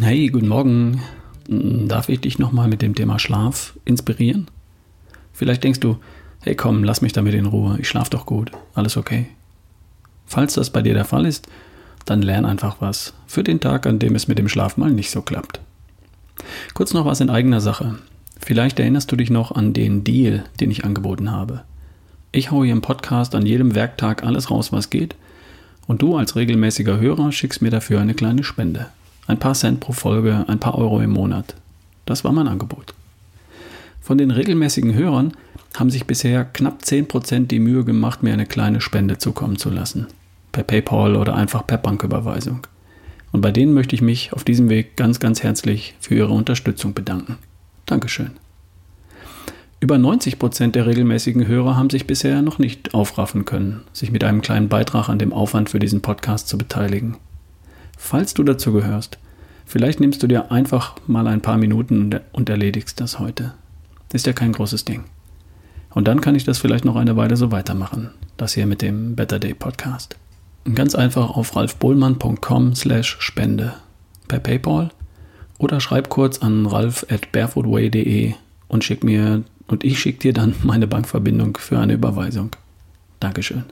Hey, guten Morgen. Darf ich dich nochmal mit dem Thema Schlaf inspirieren? Vielleicht denkst du, hey komm, lass mich damit in Ruhe, ich schlaf doch gut, alles okay. Falls das bei dir der Fall ist, dann lern einfach was für den Tag, an dem es mit dem Schlaf mal nicht so klappt. Kurz noch was in eigener Sache. Vielleicht erinnerst du dich noch an den Deal, den ich angeboten habe. Ich haue hier im Podcast an jedem Werktag alles raus, was geht, und du als regelmäßiger Hörer schickst mir dafür eine kleine Spende. Ein paar Cent pro Folge, ein paar Euro im Monat. Das war mein Angebot. Von den regelmäßigen Hörern haben sich bisher knapp 10% die Mühe gemacht, mir eine kleine Spende zukommen zu lassen. Per PayPal oder einfach per Banküberweisung. Und bei denen möchte ich mich auf diesem Weg ganz, ganz herzlich für ihre Unterstützung bedanken. Dankeschön. Über 90% der regelmäßigen Hörer haben sich bisher noch nicht aufraffen können, sich mit einem kleinen Beitrag an dem Aufwand für diesen Podcast zu beteiligen. Falls du dazu gehörst, vielleicht nimmst du dir einfach mal ein paar Minuten und erledigst das heute. Ist ja kein großes Ding. Und dann kann ich das vielleicht noch eine Weile so weitermachen, das hier mit dem Better Day Podcast. Ganz einfach auf ralfbohlmann.com/Spende per PayPal oder schreib kurz an ralf@barefootway.de und ich schicke dir dann meine Bankverbindung für eine Überweisung. Dankeschön.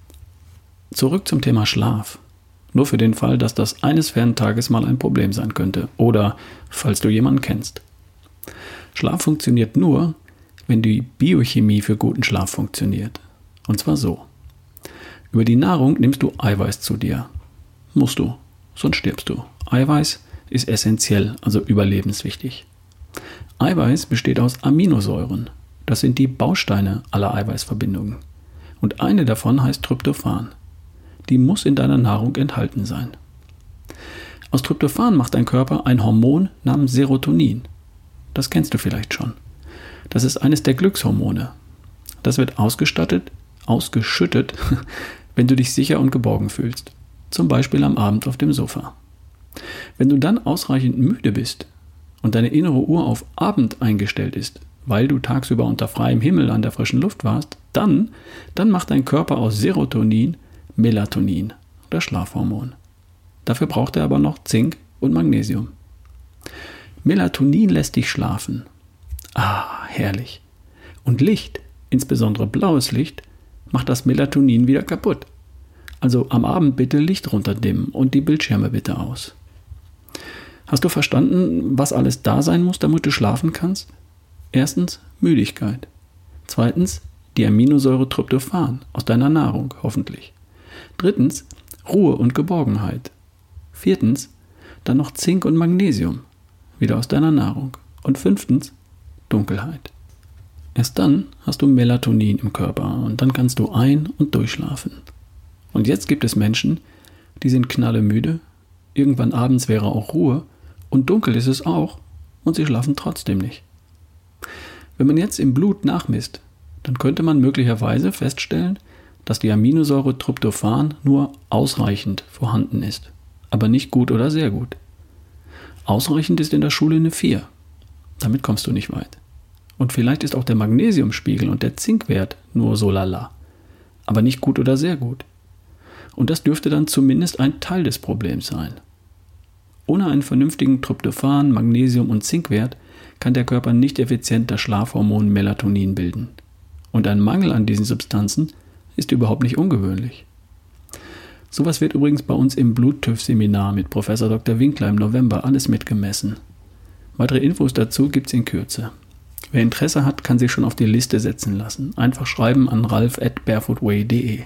Zurück zum Thema Schlaf. Nur für den Fall, dass das eines fernen Tages mal ein Problem sein könnte oder falls du jemanden kennst. Schlaf funktioniert nur, wenn die Biochemie für guten Schlaf funktioniert. Und zwar so. Über die Nahrung nimmst du Eiweiß zu dir. Musst du, sonst stirbst du. Eiweiß ist essentiell, also überlebenswichtig. Eiweiß besteht aus Aminosäuren. Das sind die Bausteine aller Eiweißverbindungen. Und eine davon heißt Tryptophan. Die muss in deiner Nahrung enthalten sein. Aus Tryptophan macht dein Körper ein Hormon namens Serotonin. Das kennst du vielleicht schon. Das ist eines der Glückshormone. Das wird ausgeschüttet, wenn du dich sicher und geborgen fühlst. Zum Beispiel am Abend auf dem Sofa. Wenn du dann ausreichend müde bist und deine innere Uhr auf Abend eingestellt ist, weil du tagsüber unter freiem Himmel an der frischen Luft warst, dann macht dein Körper aus Serotonin Melatonin, das Schlafhormon. Dafür braucht er aber noch Zink und Magnesium. Melatonin lässt dich schlafen. Ah, herrlich. Und Licht, insbesondere blaues Licht, macht das Melatonin wieder kaputt. Also am Abend bitte Licht runterdimmen und die Bildschirme bitte aus. Hast du verstanden, was alles da sein muss, damit du schlafen kannst? Erstens Müdigkeit. Zweitens die Aminosäure Tryptophan aus deiner Nahrung, hoffentlich. Drittens Ruhe und Geborgenheit. Viertens dann noch Zink und Magnesium, wieder aus deiner Nahrung. Und fünftens Dunkelheit. Erst dann hast du Melatonin im Körper und dann kannst du ein- und durchschlafen. Und jetzt gibt es Menschen, die sind knallemüde, irgendwann abends wäre auch Ruhe und dunkel ist es auch und sie schlafen trotzdem nicht. Wenn man jetzt im Blut nachmisst, dann könnte man möglicherweise feststellen, dass die Aminosäure Tryptophan nur ausreichend vorhanden ist, aber nicht gut oder sehr gut. Ausreichend ist in der Schule eine 4. Damit kommst du nicht weit. Und vielleicht ist auch der Magnesiumspiegel und der Zinkwert nur so lala, aber nicht gut oder sehr gut. Und das dürfte dann zumindest ein Teil des Problems sein. Ohne einen vernünftigen Tryptophan, Magnesium und Zinkwert kann der Körper nicht effizient das Schlafhormon Melatonin bilden. Und ein Mangel an diesen Substanzen ist überhaupt nicht ungewöhnlich. Sowas wird übrigens bei uns im Blut-TÜV-Seminar mit Professor Dr. Winkler im November alles mitgemessen. Weitere Infos dazu gibt's in Kürze. Wer Interesse hat, kann sich schon auf die Liste setzen lassen. Einfach schreiben an ralf@barefootway.de.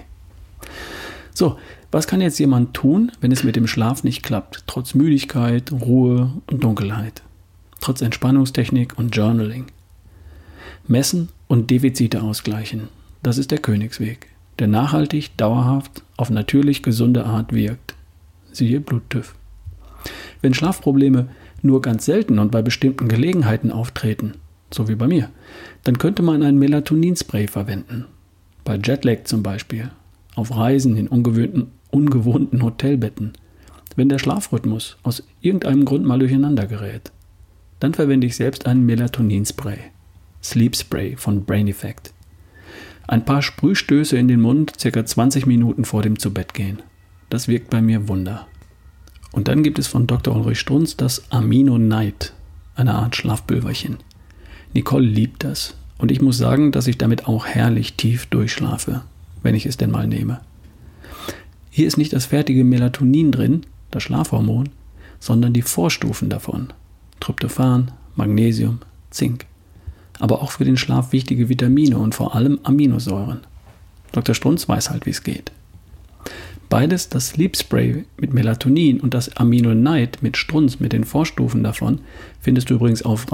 So, was kann jetzt jemand tun, wenn es mit dem Schlaf nicht klappt, trotz Müdigkeit, Ruhe und Dunkelheit? Trotz Entspannungstechnik und Journaling? Messen und Defizite ausgleichen. Das ist der Königsweg, der nachhaltig, dauerhaft, auf natürlich gesunde Art wirkt. Siehe Blut-TÜV. Wenn Schlafprobleme nur ganz selten und bei bestimmten Gelegenheiten auftreten, so wie bei mir, dann könnte man ein Melatoninspray verwenden. Bei Jetlag zum Beispiel, auf Reisen in ungewohnten Hotelbetten, wenn der Schlafrhythmus aus irgendeinem Grund mal durcheinander gerät. Dann verwende ich selbst einen Melatoninspray. Sleep Spray von Brain Effect. Ein paar Sprühstöße in den Mund, ca. 20 Minuten vor dem Zubettgehen. Das wirkt bei mir Wunder. Und dann gibt es von Dr. Ulrich Strunz das Amino Night, eine Art Schlafpülverchen. Nicole liebt das und ich muss sagen, dass ich damit auch herrlich tief durchschlafe, wenn ich es denn mal nehme. Hier ist nicht das fertige Melatonin drin, das Schlafhormon, sondern die Vorstufen davon. Tryptophan, Magnesium, Zink. Aber auch für den Schlaf wichtige Vitamine und vor allem Aminosäuren. Dr. Strunz weiß halt, wie es geht. Beides, das Sleep Spray mit Melatonin und das Amino Night mit Strunz mit den Vorstufen davon, findest du übrigens auf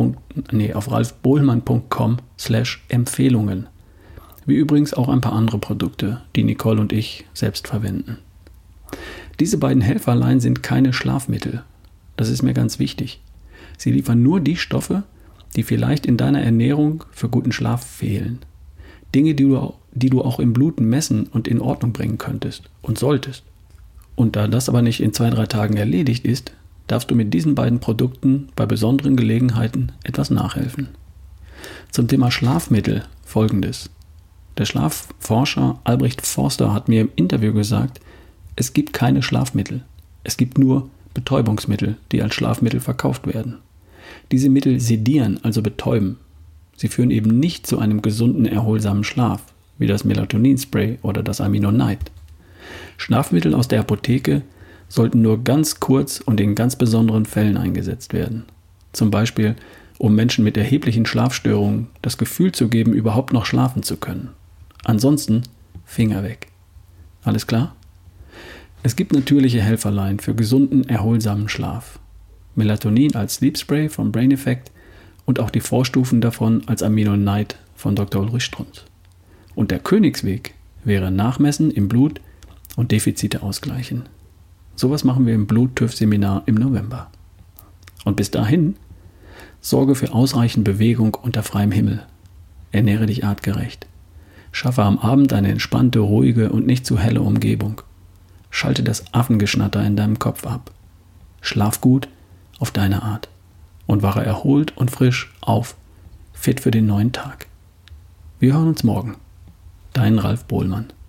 ralfbohlmann.com/Empfehlungen. Wie übrigens auch ein paar andere Produkte, die Nicole und ich selbst verwenden. Diese beiden Helferlein sind keine Schlafmittel. Das ist mir ganz wichtig. Sie liefern nur die Stoffe, die vielleicht in deiner Ernährung für guten Schlaf fehlen. Dinge, die du auch im Blut messen und in Ordnung bringen könntest und solltest. Und da das aber nicht in 2-3 Tagen erledigt ist, darfst du mit diesen beiden Produkten bei besonderen Gelegenheiten etwas nachhelfen. Zum Thema Schlafmittel Folgendes. Der Schlafforscher Albrecht Forster hat mir im Interview gesagt, es gibt keine Schlafmittel. Es gibt nur Betäubungsmittel, die als Schlafmittel verkauft werden. Diese Mittel sedieren, also betäuben. Sie führen eben nicht zu einem gesunden, erholsamen Schlaf, wie das Melatonin-Spray oder das Amino Night. Schlafmittel aus der Apotheke sollten nur ganz kurz und in ganz besonderen Fällen eingesetzt werden. Zum Beispiel, um Menschen mit erheblichen Schlafstörungen das Gefühl zu geben, überhaupt noch schlafen zu können. Ansonsten Finger weg. Alles klar? Es gibt natürliche Helferlein für gesunden, erholsamen Schlaf. Melatonin als Sleep Spray vom Brain Effect und auch die Vorstufen davon als Amino Night von Dr. Ulrich Strunz. Und der Königsweg wäre Nachmessen im Blut und Defizite ausgleichen. Sowas machen wir im Blut-TÜV-Seminar im November. Und bis dahin, sorge für ausreichend Bewegung unter freiem Himmel. Ernähre dich artgerecht. Schaffe am Abend eine entspannte, ruhige und nicht zu helle Umgebung. Schalte das Affengeschnatter in deinem Kopf ab. Schlaf gut auf deine Art. Und wache erholt und frisch auf, fit für den neuen Tag. Wir hören uns morgen. Dein Ralf Bohlmann.